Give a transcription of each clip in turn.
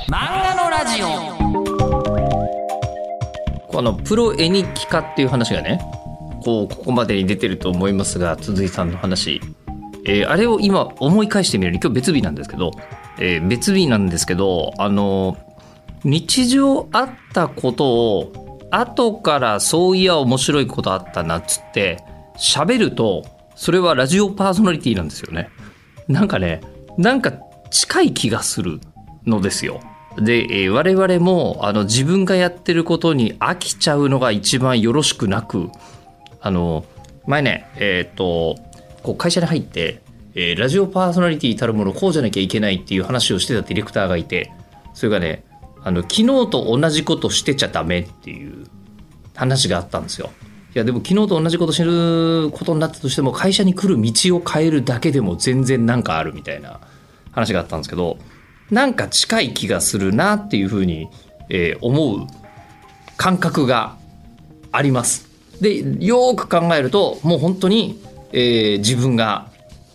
漫画のラジオ。プロ絵日記家っていう話がね、ここまでに出てると思いますが、鈴井さんの話、あれを今思い返してみるに、今日別日なんですけど、日常あったことを後からそういや面白いことあったなっつって喋ると、それはラジオパーソナリティなんですよね。なんか近い気がするのですよ。で、我々も自分がやってることに飽きちゃうのが一番よろしくなく、前ね、会社に入って、ラジオパーソナリティたるものこうじゃなきゃいけないっていう話をしてたディレクターがいて、それがね、昨日と同じことしてちゃダメっていう話があったんですよ。いやでも昨日と同じことしてることになったとしても、会社に来る道を変えるだけでも全然なんかあるみたいな話があったんですけど、なんか近い気がするなっていうふうに、思う感覚があります。でよく考えると、もう本当に、自分が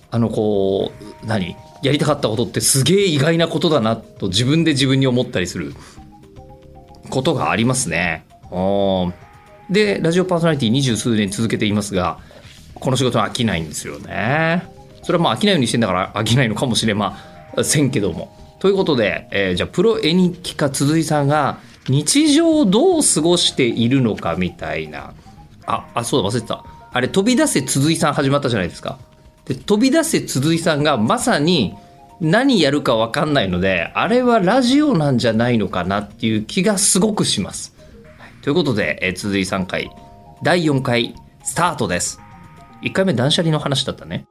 やりたかったことってすげえ意外なことだなと自分で自分に思ったりすることがありますね。でラジオパーソナリティ20数年続けていますが、この仕事は飽きないんですよね。それはまあ飽きないようにしてんだから飽きないのかもしれませんけども。ということで、じゃあプロ絵日記家鈴井さんが日常をどう過ごしているのかみたいな。そうだ、忘れてた。あれ、飛び出せ鈴井さん始まったじゃないですか。で飛び出せ鈴井さんがまさに何やるか分かんないので、あれはラジオなんじゃないのかなっていう気がすごくします。ということで、鈴井さん回第4回スタートです。1回目断捨離の話だったね。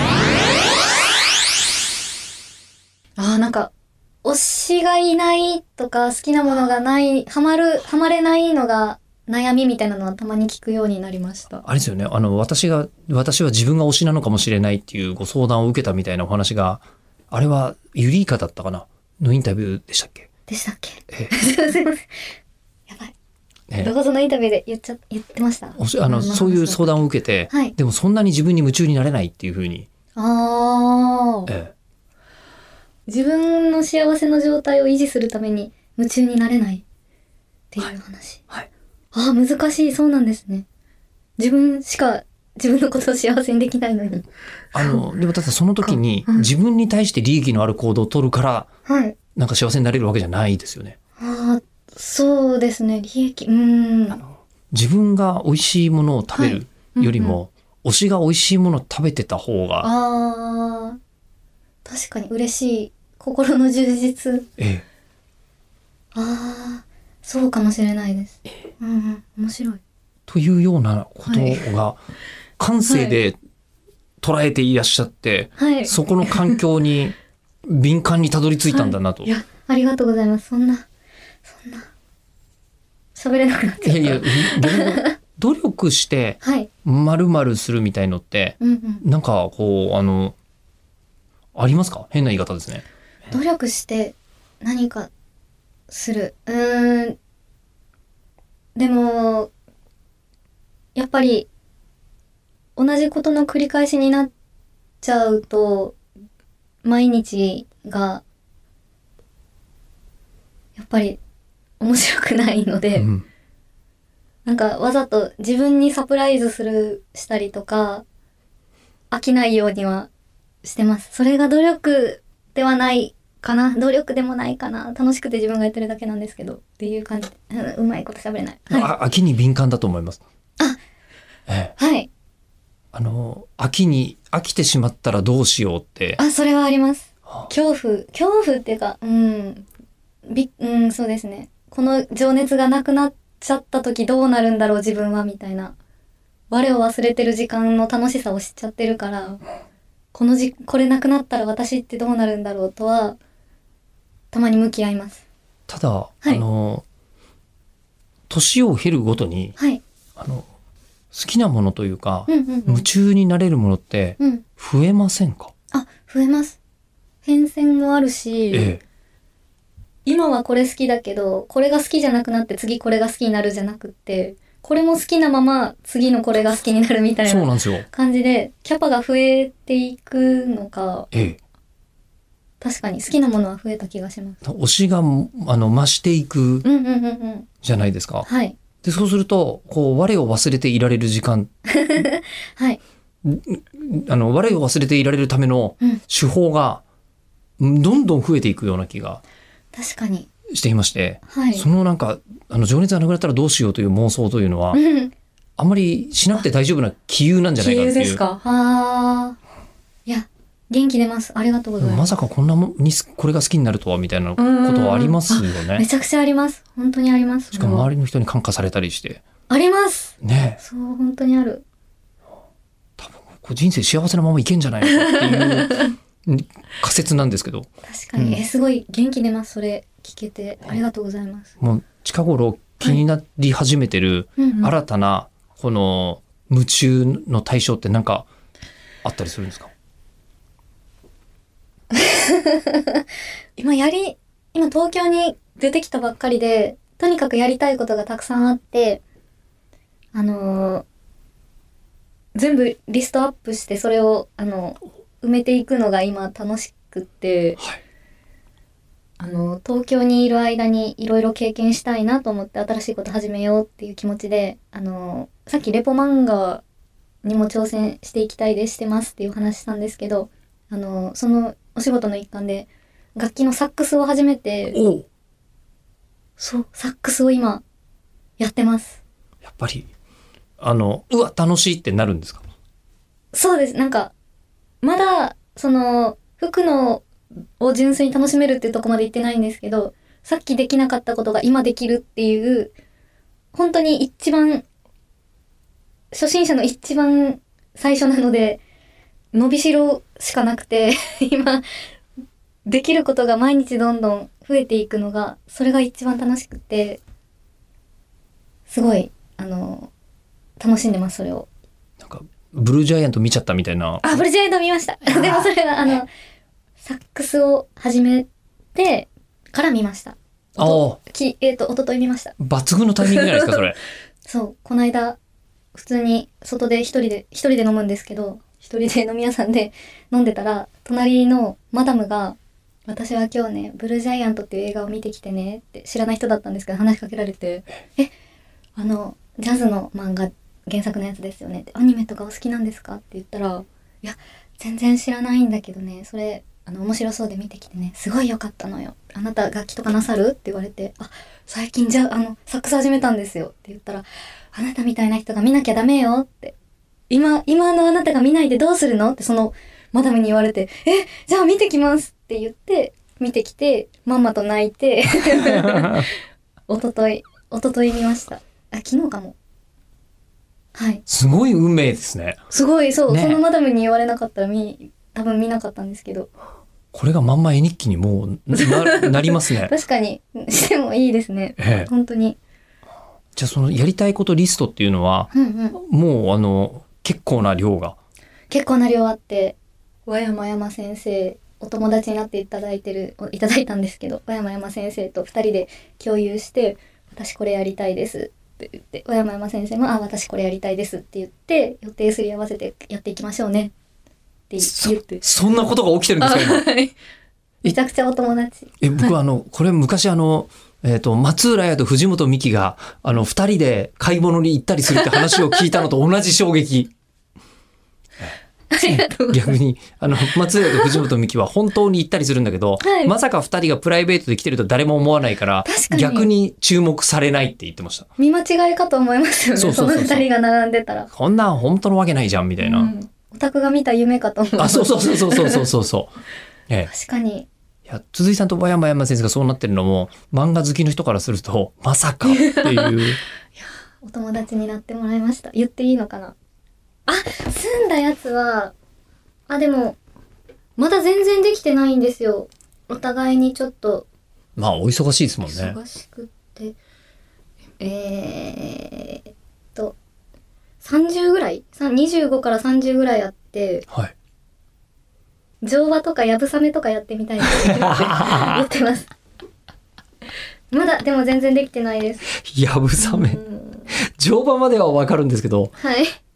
なんか推しがいないとか、好きなものがない、ハマれないのが悩みみたいなのはたまに聞くようになりました。 あれですよね、私は自分が推しなのかもしれないっていうご相談を受けたみたいなお話が、あれはユリイカだったかなのインタビューでしたっけ。 すいません。やばい。どこぞのインタビューで言ってました。 そういう相談を受けて、はい、でもそんなに自分に夢中になれないっていうふうに。 自分の幸せの状態を維持するために夢中になれないっていう話。はいはい、難しい。そうなんですね。自分しか自分のことを幸せにできないのに。 でもただその時に自分に対して利益のある行動を取るから、はい、なんか幸せになれるわけじゃないですよね。 そうですね。利益。 自分が美味しいものを食べるよりも、推しが美味しいものを食べてた方が。 確かに嬉しい。心の充実。そうかもしれないです。面白い。 というようなことが感性で捉えていらっしゃって、はい、そこの環境に敏感にたどり着いたんだなと。 いや、ありがとうございます。そんな喋れなくなっちゃった。いや努力して〇〇するみたいのって、なんかありますか？変な言い方ですね。 努力して何かする。でもやっぱり同じことの繰り返しになっちゃうと、毎日がやっぱり面白くないので、なんかわざと自分にサプライズしたりとか、飽きないようにはしてます。それが努力ではないかな、努力でもないかな、楽しくて自分がやってるだけなんですけどっていう感じ。うまいこと喋れない。 飽きに敏感だと思います。 はい。 飽きてしまったらどうしようって。 それはあります。恐怖っていうか、そうですね。この情熱がなくなっちゃった時どうなるんだろう自分はみたいな。我を忘れてる時間の楽しさを知っちゃってるから、これなくなったら私ってどうなるんだろうとはたまに向き合います。 ただ、はい、年を経るごとに、はい、好きなものというか、夢中になれるものって増えませんか？ 増えます。変遷もあるし、今はこれ好きだけど、これが好きじゃなくなって次これが好きになるじゃなくって、これも好きなまま次のこれが好きになるみたいな感じで、キャパが増えていくのか、 確かに好きなものは増えた気がします。 推しが増していくうんうんうんうん。 じゃないですか。 はい。 でそうするとこう我を忘れていられる時間はい。 我を忘れていられるためのうん。 手法がどんどん増えていくような気が確かに。 していまして、 はい。 そのなんか情熱がなくなったらどうしようという妄想というのはうん。 あんまりしなくて大丈夫な気憂なんじゃないかっていう。 杞憂ですか。ああ。いや、元気出ます。ありがとうございます。 まさかこんなもんにこれが好きになるとはみたいなことはありますよめね。 ちゃくちゃあります。本当にあります。 しかも周りの人に感化されたりしてあります。 ね。 そう、本当にある。 多分こう人生幸せなままいけんじゃないのかっていう仮説なんですけど、 確かに。すごい元気出ます。それ聞けて。ありがとうございます。 もう近頃気になり始めてるうんうん。 新たなこの夢中の対象って何かあったりするんですか？ 今東京に出てきたばっかりで、とにかくやりたいことがたくさんあって、全部リストアップして、それを、埋めていくのが今楽しくって、 はい。 東京にいる間にいろいろ経験したいなと思って新しいこと始めようっていう気持ちで、さっきレポ漫画にも挑戦していきたいです、してますっていう話したんですけど、そのお仕事の一環で楽器のサックスを始めて、 おそう、サックスを今やってます。 やっぱりうわ楽しいってなるんですか？ そうです。なんか、まだ、吹くのを純粋に楽しめるっていうところまで行ってないんですけど、さっきできなかったことが今できるっていう、本当に一番、初心者の一番最初なので、伸びしろしかなくて、今、できることが毎日どんどん増えていくのが、それが一番楽しくて、すごい、楽しんでます、それを。 なんかブルージャイアント見ちゃったみたいな。 あ、ブルージャイアント見ました。でもそれは、サックスを始めてから見ました。おととい見ました。 抜群のタイミングじゃないですか、それ。 そう、この間、普通に外で一人で飲むんですけど、一人で飲み屋さんで飲んでたら、隣のマダムが、私は今日ね、ブルージャイアントっていう映画を見てきてねって知らない人だったんですけど、話しかけられて、ジャズの漫画原作のやつですよねって、アニメとかお好きなんですかって言ったら、いや、全然知らないんだけどね、それ、面白そうで見てきてね、すごい良かったのよ。あなた楽器とかなさるって言われて、あ、最近サックス始めたんですよって言ったら、あなたみたいな人が見なきゃダメよって。今のあなたが見ないでどうするのってそのマダムに言われて、じゃあ見てきますって言って、見てきて、まんまと泣いて、おととい見ました。昨日かも。はい。 すごい運命ですね。 すごい、そう、 ね、 そのマダムに言われなかったら多分見なかったんですけど。 これがまんま絵日記にもう なりますね。 確かにしてもいいですね。本当に。 じゃあそのやりたいことリストっていうのは、もう結構な量あって、和山先生、お友達になっていただいたんですけど、和山先生と2人で共有して、私これやりたいですって言って、和山先生も私これやりたいですって言って、予定すり合わせてやっていきましょうねって言って。 そんなことが起きてるんですか今？ めちゃくちゃお友達。 僕はこれ昔松浦屋と藤本美貴が2人で買い物に行ったりするって話を聞いたのと同じ衝撃。逆に松浦屋と藤本美貴は本当に行ったりするんだけど、まさか2人がプライベートで来てると誰も思わないから逆に注目されないって言ってました。 見間違いかと思いますよね。その2人が並んでたらこんなん本当のわけないじゃんみたいな、 オタクが見た夢かと思う。 あ、そう確かに。 いや、鈴井さんと和山先生がそうなってるのも漫画好きの人からするとまさかっていう。いや、 お友達になってもらいました。言っていいのかな。住んだやつは、でもまだ全然できてないんですよ。お互いにちょっと。 まあお忙しいですもんね。 忙しくって30ぐらい25から30ぐらいあって、 はい、 乗馬とかやぶさめとかやってみたいって言ってます。まだでも全然できてないです。 やぶさめ、乗馬まではわかるんですけど、 はい、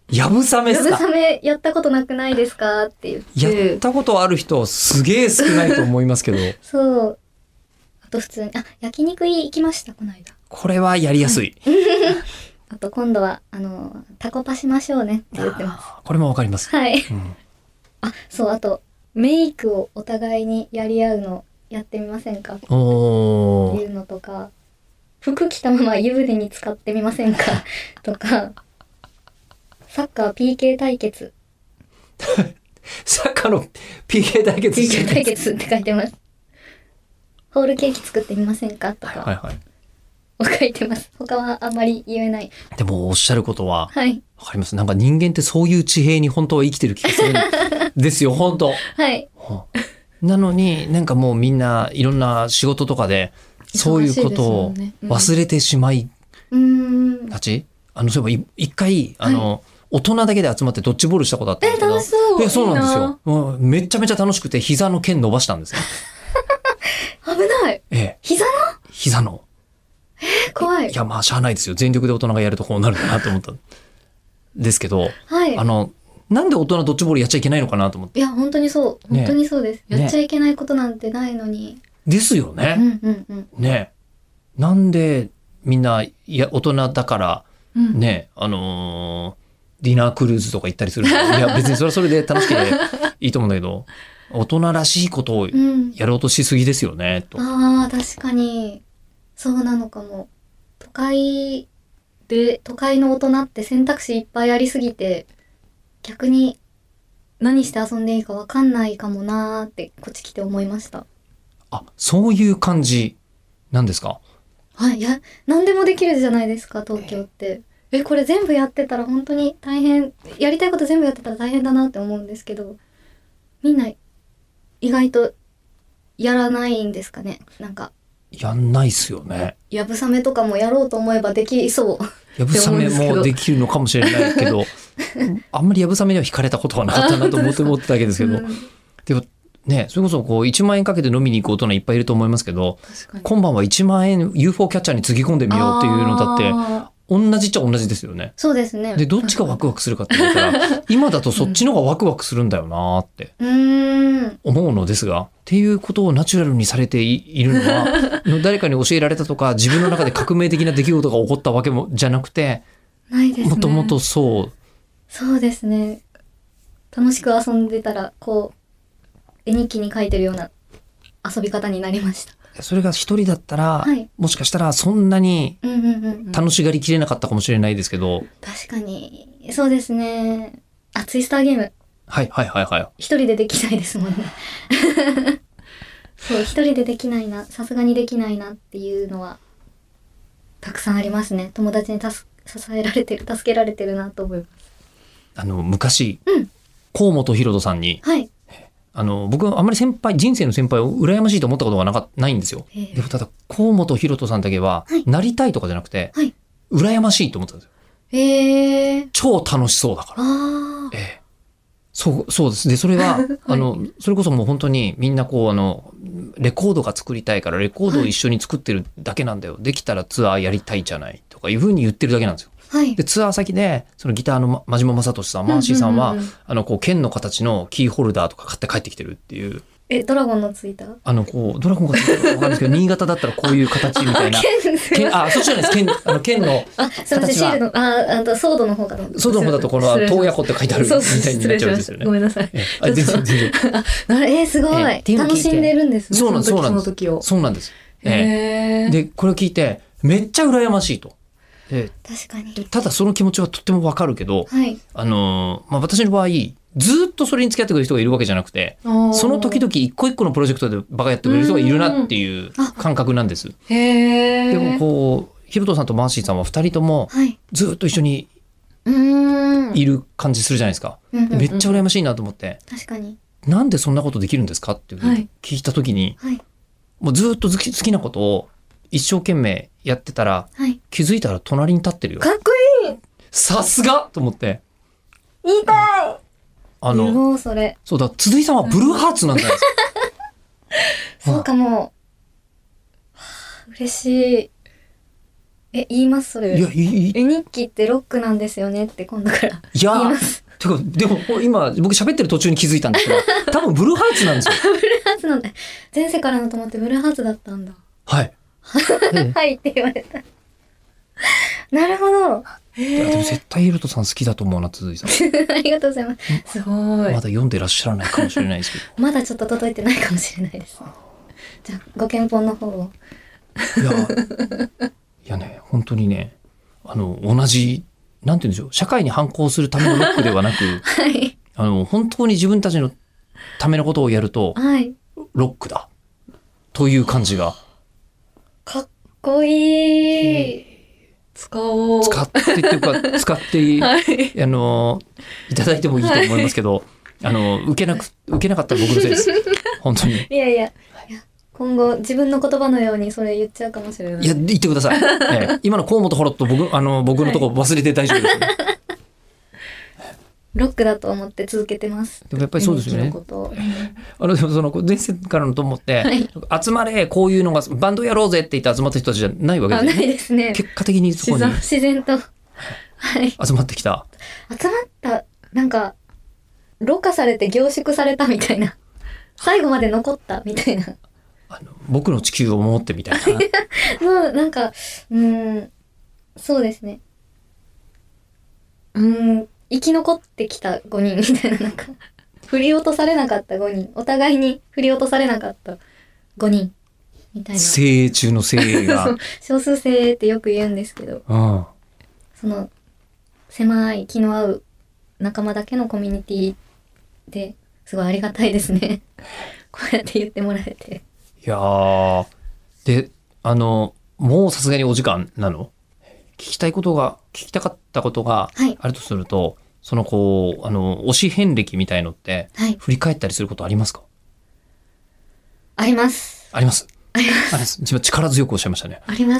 やぶさめっやぶすか？ さめやったことなくないですかって言っ。 やってたことある人すげえ少ないと思いますけどそう。あと普通に、焼肉行きました、この間。 これはやりやすい。 あと今度は、タコパしましょうねって言ってます。 これもわかります。 はい。 うんそう、あと、メイクをお互いにやり合うのやってみませんかっておーいうのとか、服着たまま湯船に浸かってみませんかとか、サッカー PK 対決。 サッカーの PK 対決して PK 対決って書いてます。ホールケーキ作ってみませんかとか、 はいはい。 書いてます。他はあんまり言えない。 でもおっしゃることははい。 わかります。なんか人間ってそういう地平に本当は生きてる気がするんですよ、本当。 はい。 なのになんかもうみんないろんな仕事とかでそういうことを忘れてしまいがち。そういえば一回大人だけで集まってドッジボールしたことあったんだけど、 楽しそう。 そうなんですよ。めちゃめちゃ楽しくて膝の腱伸ばしたんですよ。 危ない。 膝の。 怖い。 いやまあしゃあないですよ。全力で大人がやるとこうなるなと思ったんですけど、 はい。 なんで大人ドッジボールやっちゃいけないのかなと思って。 いや、本当にそう。 ね本当にそうです。やっちゃいけないことなんてないのに。 ですよね。ね。なんでみんな大人だからね、ディナークルーズとか行ったりするの。いや別にそれはそれで楽しくていいと思うんだけど、大人らしいことをやろうとしすぎですよね、と。 ああ、確かに。そうなのかも。都会の大人って選択肢いっぱいありすぎて、逆に何して遊んでいいか分かんないかもなーってこっち来て思いました。 あ、そういう感じなんですか？ はい、いや、何でもできるじゃないですか、東京って。これ全部やってたら本当に大変、やりたいこと全部やってたら大変だなって思うんですけど、みんな意外とやらないんですかね、なんか。 やんないっすよね。 やぶさめとかもやろうと思えばできそう。 やぶさめもできるのかもしれないけど、あんまりやぶさめには惹かれたことはなかったなと思ってただけですけど、でもね、それこそこう1万円かけて飲みに行く大人いっぱいいると思いますけど、今晩は1万円 UFO キャッチャーにつぎ込んでみようっていうのだって同じっちゃ同じですよね。 そうですね。 でどっちがワクワクするかって言ったら今だとそっちの方がワクワクするんだよなって思うのですが、っていうことをナチュラルにされているのは誰かに教えられたとか自分の中で革命的な出来事が起こったわけもじゃなくて、 ないですね。 もともとそうですね。楽しく遊んでたらこう絵日記に書いてるような遊び方になりました。 それが一人だったら、 はい、 もしかしたらそんなに楽しがりきれなかったかもしれないですけど、 確かにそうですね。ツイスターゲーム、 はいはいはいはい、 一人でできないですもんねそう、一人でできないな、さすがにできないなっていうのはたくさんありますね。友達に支えられてる、助けられてるなと思います。 昔、河本大翔さんに、 はい、 僕はあんまり人生の先輩を羨ましいと思ったことがないんですよ。でもただ河本大翔さんだけは、なりたいとかじゃなくて、羨ましいと思ったんですよ。超楽しそうだから。そうです。でそれはそれこそもう本当にみんなこうレコードが作りたいからレコードを一緒に作ってるだけなんだよ。できたらツアーやりたいじゃないとかいうふうに言ってるだけなんですよ。でツアー先でそのギターの真島正俊さん、マーシーさんはこう剣の形のキーホルダーとか買って帰ってきてるっていう。 ドラゴンのついたこうドラゴンがついたかわかんないですけど新潟だったらこういう形みたいなそっちじゃないです。剣の形はソードの方かと思った。 ソードの方だとこの洞爺湖って書いてあるみたいになっちゃうんですよね。 ごめんなさい。 全然すごい楽しんでるんですね。 そうなんです。そうなんです。でこれを聞いてめっちゃ羨ましいと。 確かに。 ただその気持ちはとってもわかるけど、私の場合ずっとそれに付き合ってくれる人がいるわけじゃなくて、その時々一個一個のプロジェクトでバカやってくれる人がいるなっていう感覚なんです。でもこうひろとさんとマーシーさんは2人ともずっと一緒にいる感じするじゃないですか。めっちゃ羨ましいなと思って、 確かになんでそんなことできるんですかっていうふうに聞いた時に、もうずっと好きなことを一生懸命やってたら、気づいたら隣に立ってるよ。 かっこいい。 さすがと思って。 言いたい。それ。 そうだ、鈴井さんはブルーハーツなんじゃないですか。 そうかも。嬉しい。 言いますそれ。 いや、い日記ってロックなんですよねって今度からいや言います。 てか、でも今僕喋ってる途中に気づいたんですけど、多分ブルーハーツなんですよ。 ブルーハーツなんだ。前世からの友ってブルーハーツだったんだ。 はい。 はいって言われた。なるほど。 いやでも絶対ヒロトさん好きだと思うな、鈴井さん。 ありがとうございます。すごい。 まだ読んでらっしゃらないかもしれないですけど。 まだちょっと届いてないかもしれないです。じゃあご検討の方を。 いやね、本当にね、同じ、なんて言うんでしょう、社会に反抗するためのロックではなく、 はい。 本当に自分たちのためのことをやると、 はい。 ロックだ。という感じが。 かっこいい。使おう。 使ってっていうか、使って、はい、いただいてもいいと思いますけど、受けなかったら僕のせいです。本当に。 いやいや。今後自分の言葉のようにそれ言っちゃうかもしれない。 いや、言ってください。今の河本ホロット僕のとこ忘れて大丈夫です、ね。 ロックだと思って続けてます。 でもやっぱりそうですよね。でもその前世からのと思って、はい、集まれこういうのがバンドやろうぜって言って集まった人たちじゃないわけですね。 ないですね。 結果的にそこに自然と、はい、 集まってきた。 集まったなんかろ過されて凝縮されたみたいな、最後まで残ったみたいな。 僕の地球を守ってみたいな。 もうなんかそうですね。生き残ってきた5人みたいな、なんか振り落とされなかった5人、お互いに振り落とされなかった5人みたいな。 精鋭中の精鋭が少数精鋭ってよく言うんですけど、その狭い気の合う仲間だけのコミュニティですごいありがたいですね。こうやって言ってもらえて。 いやー、で、もうさすがにお時間なの？聞きたかったことがあるとすると、はい、その推し遍歴みたいのって、はい、振り返ったりすることありますか？ あります。 あります。自分力強くおっしゃいましたね。 あります。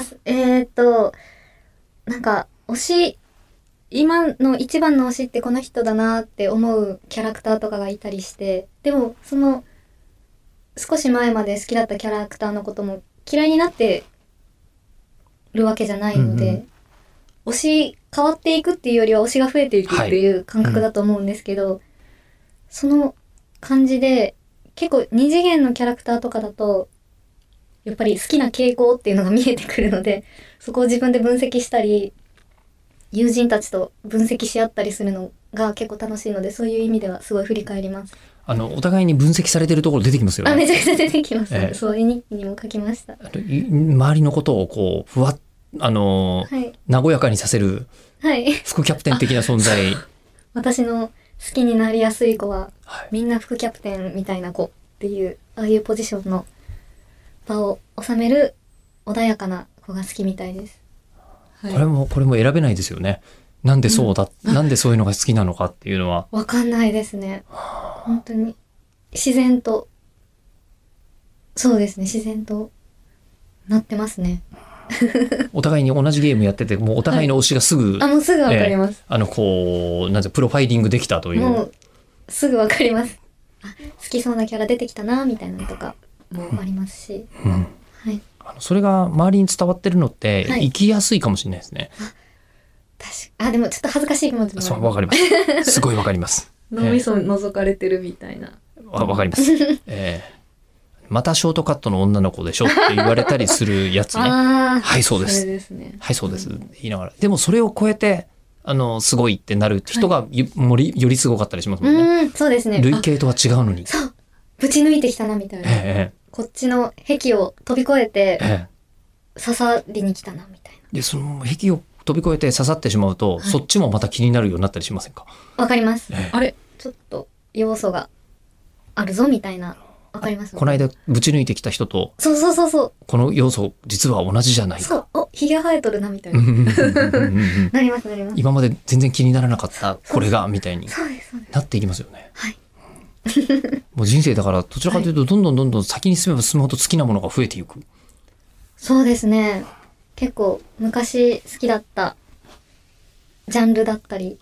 なんか、今の一番の推しってこの人だなって思うキャラクターとかがいたりして、でもその少し前まで好きだったキャラクターのことも嫌いになってるわけじゃないので、推し変わっていくっていうよりは推しが増えていくっていう感覚だと思うんですけど、その感じで結構二次元のキャラクターとかだとやっぱり好きな傾向っていうのが見えてくるので、そこを自分で分析したり友人たちと分析し合ったりするのが結構楽しいので、そういう意味ではすごい振り返ります。 お互いに分析されてるところ出てきますよね。 めちゃくちゃ出てきます、そういう日記にも書きました。 周りのことをこうふわっはい、和やかにさせる副キャプテン的な存在、 私の好きになりやすい子は、みんな副キャプテンみたいな子っていうああいうポジションの場を収める穏やかな子が好きみたいです。 これも選べないですよね。なんでそうだ、なんでそういうのが好きなのかっていうのはわかんないですね。本当に自然と、そうですね、自然となってますね。 お互いに同じゲームやってて、もうお互いの推しがすぐ、 もうすぐわかります。 なんてプロファイリングできたという。 もうすぐわかります。好きそうなキャラ出てきたなみたいなのとかもありますし、はい。 それが周りに伝わってるのって、生きやすいかもしれないですね。 でもちょっと恥ずかしい気持ちも。 そう、わかります。すごいわかります。 脳みそ覗かれてるみたいな。 わかります。またショートカットの女の子でしょって言われたりするやつね。はい、そうです。はい、そうです。言いながら。でもそれを超えて、すごいってなる人がよりすごかったりしますもんね。 そうですね。 類型とは違うのに。 そう。ぶち抜いてきたなみたいな。こっちの壁を飛び越えて、刺さりに来たなみたいな。 で、その壁を飛び越えて刺さってしまうと、そっちもまた気になるようになったりしませんか？ わかります。あれちょっと要素があるぞみたいな。わかります。 この間ぶち抜いてきた人と、 そうこの要素実は同じじゃないか。 そう、ひげ生えとるなみたいな。なります。 今まで全然気にならなかったこれがみたいになっていきますよね。 はい。 もう人生だからどちらかというとどんどん先に進めば進むほど好きなものが増えていく。 そうですね。結構昔好きだったジャンルだったり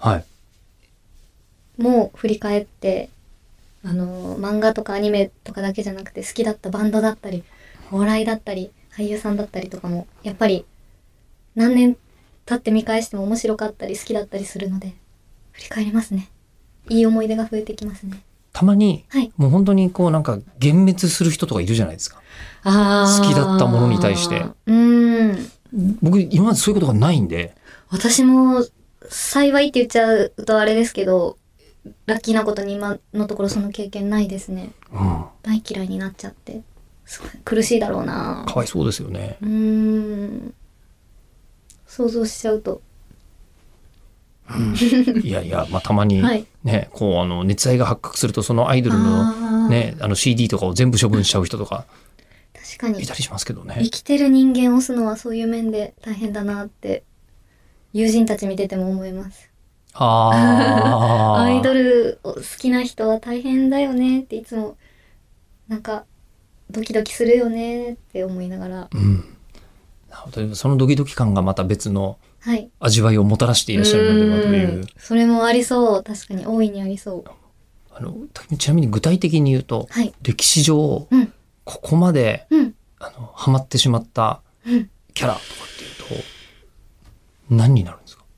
もう振り返って、漫画とかアニメとかだけじゃなくて好きだったバンドだったりお笑いだったり俳優さんだったりとかもやっぱり何年経って見返しても面白かったり好きだったりするので、振り返りますね。いい思い出が増えてきますね。 たまに、 はい、 もう本当にこうなんか幻滅する人とかいるじゃないですか。 好きだったものに対して。僕今までそういうことがないんで。 私も幸いって言っちゃうとあれですけど、ラッキーなことに今のところその経験ないですね。大嫌いになっちゃって、すごい苦しいだろうな。 かわいそうですよね。 想像しちゃうと。 いやいや、まあ、たまにね、はい、こう熱愛が発覚するとそのアイドルのね、CD とかを全部処分しちゃう人とか確かにいたりしますけどね。 生きてる人間を押すのはそういう面で大変だなって友人たち見てても思います。アイドルを好きな人は大変だよねっていつもなんかドキドキするよねって思いながら、なるほど。そのドキドキ感がまた別のはい、 味わいをもたらしていらっしゃるのではという。 それもありそう。確かに大いにありそう。 ちなみに具体的に言うと、はい、歴史上、ここまで、ハマってしまったキャラとかっていうと何になるんですか？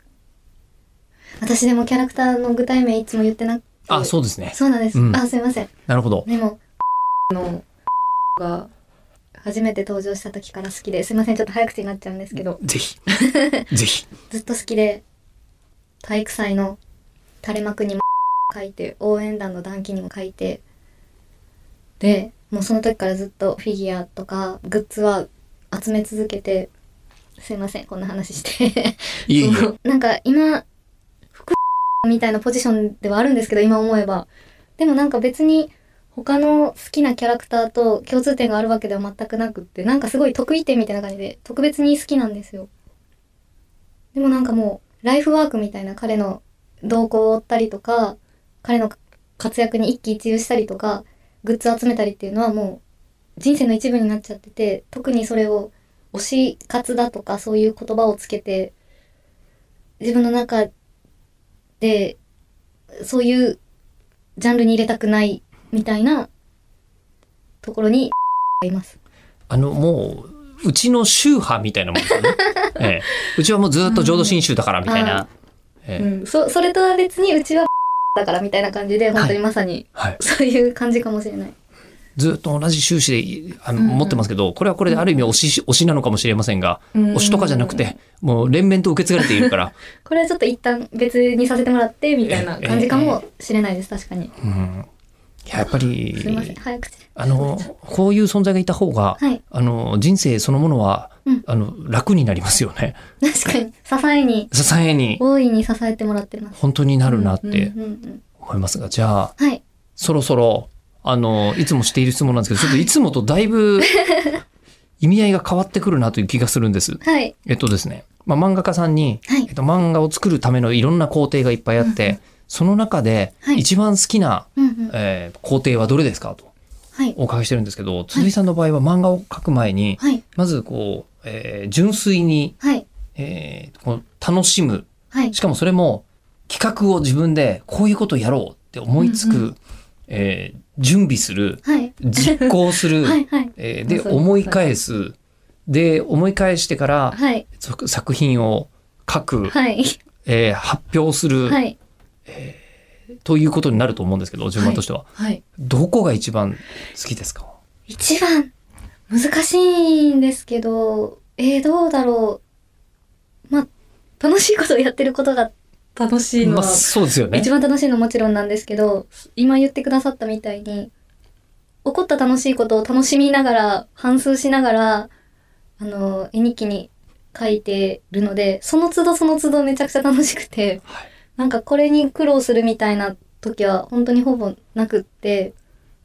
私でもキャラクターの具体名いつも言ってなくて。 あ、そうですね。 そうなんです。すいません。 なるほど。 でものが初めて登場した時から好きで、すいませんちょっと早口になっちゃうんですけど、 ぜひぜひずっと好きで、体育祭の垂れ幕にも書いて、応援団の団旗にも書いて、でもうその時からずっとフィギュアとかグッズは集め続けて、すいませんこんな話していいなんか今副みたいなポジションではあるんですけど、今思えばでもなんか別に他の好きなキャラクターと共通点があるわけでは全くなくって、なんかすごい得意点みたいな感じで特別に好きなんですよ。でもなんかもうライフワークみたいな、彼の動向を追ったりとか、彼の活躍に一喜一憂したりとか、グッズ集めたりっていうのはもう人生の一部になっちゃってて、特にそれを推し活だとかそういう言葉をつけて自分の中でそういうジャンルに入れたくないみたいなところにいます。 もううちの宗派みたいなもんですよね、うちはもうずっと浄土真宗だからみたいな、 それとは別にうちはだからみたいな感じで、本当にまさにそういう感じかもしれない。 ずっと同じ宗旨で持ってますけど、これはこれである意味推しなのかもしれませんが、推しとかじゃなくてもう連綿と受け継がれているからこれはちょっと一旦別にさせてもらってみたいな感じかもしれないです。確かに。 やっぱりすいません早口でこういう存在がいた方が、 はい、 人生そのものは、楽になりますよね。 確かに支えに大いに支えてもらってます。 本当になるなって思いますが、じゃあ、はい、そろそろいつもしている質問なんですけど、ちょっといつもとだいぶ意味合いが変わってくるなという気がするんです。 はい、 ですね、漫画家さんに、漫画を作るためのいろんな工程がいっぱいあって、その中で一番好きな、工程はどれですかとお伺いしてるんですけど、鈴井さんの場合は漫画を描く前に、まずこう、純粋に、こう楽しむ、しかもそれも企画を自分でこういうことをやろうって思いつく、準備する、実行するで思い返す、で思い返してから、作品を書く、発表する、ということになると思うんですけど、順番としては、どこが一番好きですか？ 一番難しいんですけど、どうだろう。楽しいことをやってることが楽しいのは、 そうですよね。 一番楽しいのはもちろんなんですけど、今言ってくださったみたいに起こった楽しいことを楽しみながら反芻しながら絵日記に書いてるので、その都度その都度めちゃくちゃ楽しくて、なんかこれに苦労するみたいな時は本当にほぼなくって、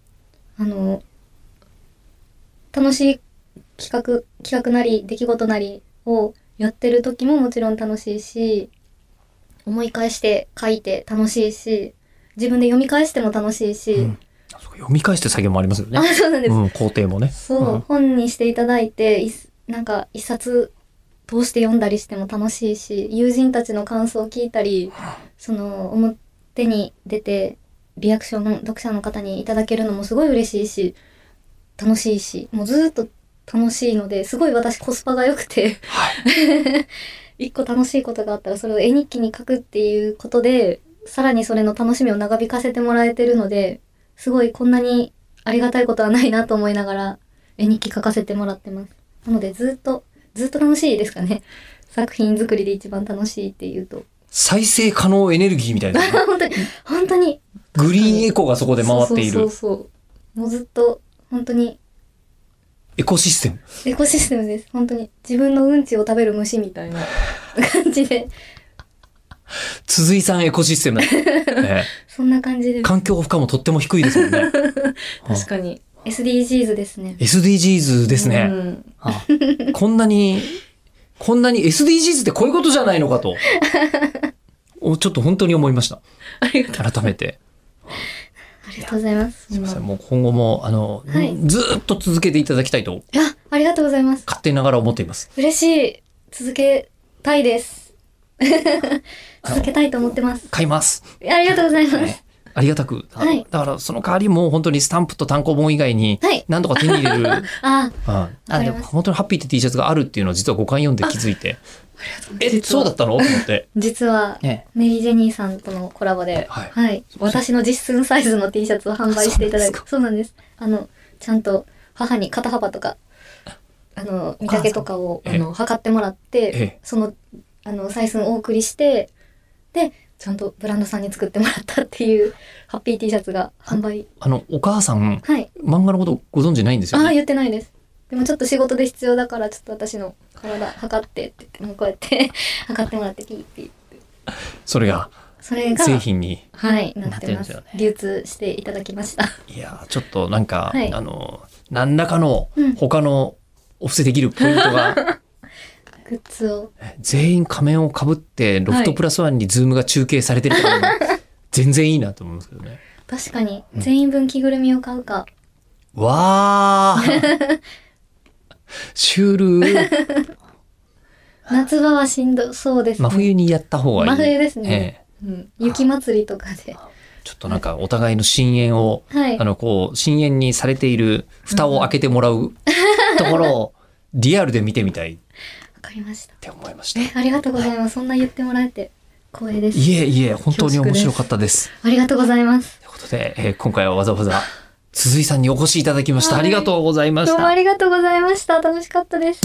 楽しい企画なり出来事なりをやってる時ももちろん楽しいし、思い返して書いて楽しいし、自分で読み返しても楽しいし、 読み返して作業もありますよね。 そうなんです、 工程もね。 本にしていただいてなんか一冊通して読んだりしても楽しいし、友人たちの感想を聞いたり、その表に出てリアクション読者の方にいただけるのもすごい嬉しいし楽しいし、もうずっと楽しいので、すごい私コスパが良くて、 はい、 一個楽しいことがあったらそれを絵日記に書くっていうことで、さらにそれの楽しみを長引かせてもらえてるので、すごいこんなにありがたいことはないなと思いながら絵日記書かせてもらってます。なのでずっと楽しいですかね。作品作りで一番楽しいっていうと。 再生可能エネルギーみたいな、ね、 本当にグリーンエコがそこで回っている。 そうもうずっと本当にエコシステムです。本当に自分のうんちを食べる虫みたいな感じで鈴井さんエコシステムだ、ね、 そんな感じです。 環境負荷もとっても低いですもんね確かに SDGs ですね。 SDGs ですね、こんなに SDGs ってこういうことじゃないのかとちょっと本当に思いました。改めてありがとうございます。 すみません、もう今後もはい、ずっと続けていただきたいとありがとうございます。 勝手ながら思っています。 嬉しい。続けたいです続けたいと思ってます。 買います。 ありがとうございます、 ありがたく、はい、だからその代わりも本当にスタンプと単行本以外に何とか手に入れる、でも本当にハッピーって T シャツがあるっていうのを実は5巻読んで気づいて、そうだったのと思って実は、メリージェニーさんとのコラボで、はい私の実寸サイズの T シャツを販売していただいて、そうなんです。ちゃんと母に肩幅とか見丈とかを測ってもらって、その採寸をお送りして、でちゃんとブランドさんに作ってもらったっていうハッピー T シャツが販売。 お母さん、漫画のことご存知ないんですよね。 言ってないです。でもちょっと仕事で必要だからちょっと私の体測ってって言って、もうこうやって測ってもらってピーって言って、 それが製品になってますよね。流通していただきました。 いやちょっとなんか、何らかの他のお布施できるポイントが、 グッズを全員仮面をかぶってロフトプラスワンにズームが中継されてるから、全然いいなと思いますけどね。 確かに全員分着ぐるみを買うか、 わーシュール夏場はしんどそうですね。 真冬にやった方がいい。 真冬ですね、雪祭りとかでちょっとなんかお互いの深淵を、こう深淵にされている蓋を開けてもらうところをリアルで見てみたい。 わかりました。 って思いました。 ありがとうございます。そんな言ってもらえて光栄です。 いえ本当に面白かったです。 ありがとうございます。 ということで、今回はわざわざ鈴井さんにお越しいただきました。ありがとうございました。 どうもありがとうございました。楽しかったです。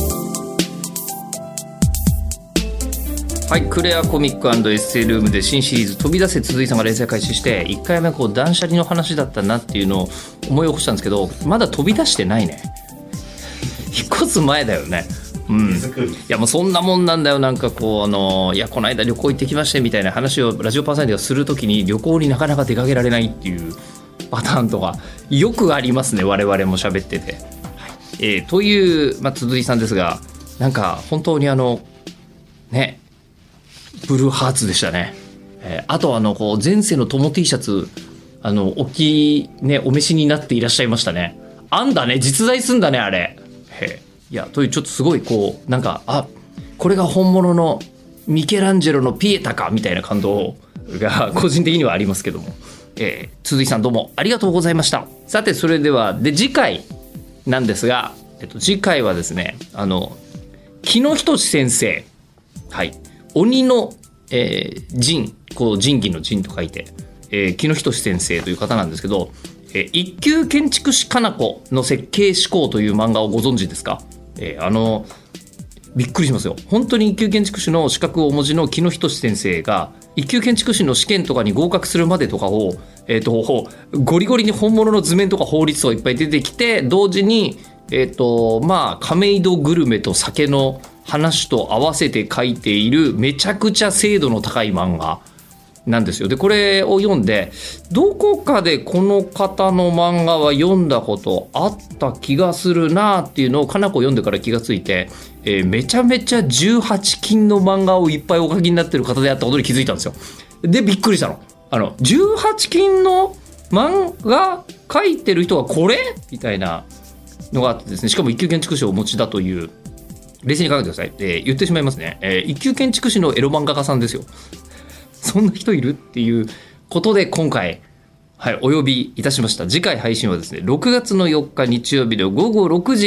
はい、クレアコミック&エッセイルームで新シリーズ飛び出せ鈴井さんが連載開始して、1回目こう断捨離の話だったなっていうのを思い起こしたんですけど、まだ飛び出してないね。引っ越す前だよね。いやもうそんなもんなんだよ。なんかこういやこの間旅行行ってきましてみたいな話をラジオパーソナリティがするときに、旅行になかなか出かけられないっていうパターンとかよくありますね。我々も喋ってて、という、鈴井さんですが、なんか本当にねブルーハーツでしたね。あとこう前世のトモ T シャツお召しになっていらっしゃいましたね。あんだね、実在すんだねあれ。いやというちょっとすごいこうなんかこれが本物のミケランジェロのピエタかみたいな感動が個人的にはありますけども、鈴井さんどうもありがとうございました。さてそれでは次回なんですが、次回はですね木野仁先生、鬼の、仁、こう仁義の仁と書いて、木野仁先生という方なんですけど、一級建築士かな子の設計思考という漫画をご存知ですか？びっくりしますよ。本当に一級建築士の資格をお持ちの木野仁先生が一級建築士の試験とかに合格するまでとかを、ゴリゴリに本物の図面とか法律とかいっぱい出てきて、同時に、亀戸グルメと酒の話と合わせて書いているめちゃくちゃ精度の高い漫画なんですよ。でこれを読んで、どこかでこの方の漫画は読んだことあった気がするなっていうのをかなこ読んでから気がついて、めちゃめちゃ18禁の漫画をいっぱいお書きになってる方であったことに気づいたんですよ。でびっくりしたの。18禁の漫画書いてる人がこれみたいなのがあってですね、しかも一級建築士をお持ちだという。冷静に考えてください。言ってしまいますね。一級建築士のエロ漫画家さんですよ。そんな人いるっていうことで今回、お呼びいたしました。次回配信はですね6月の4日日曜日の午後6時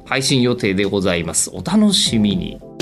配信予定でございます。お楽しみに。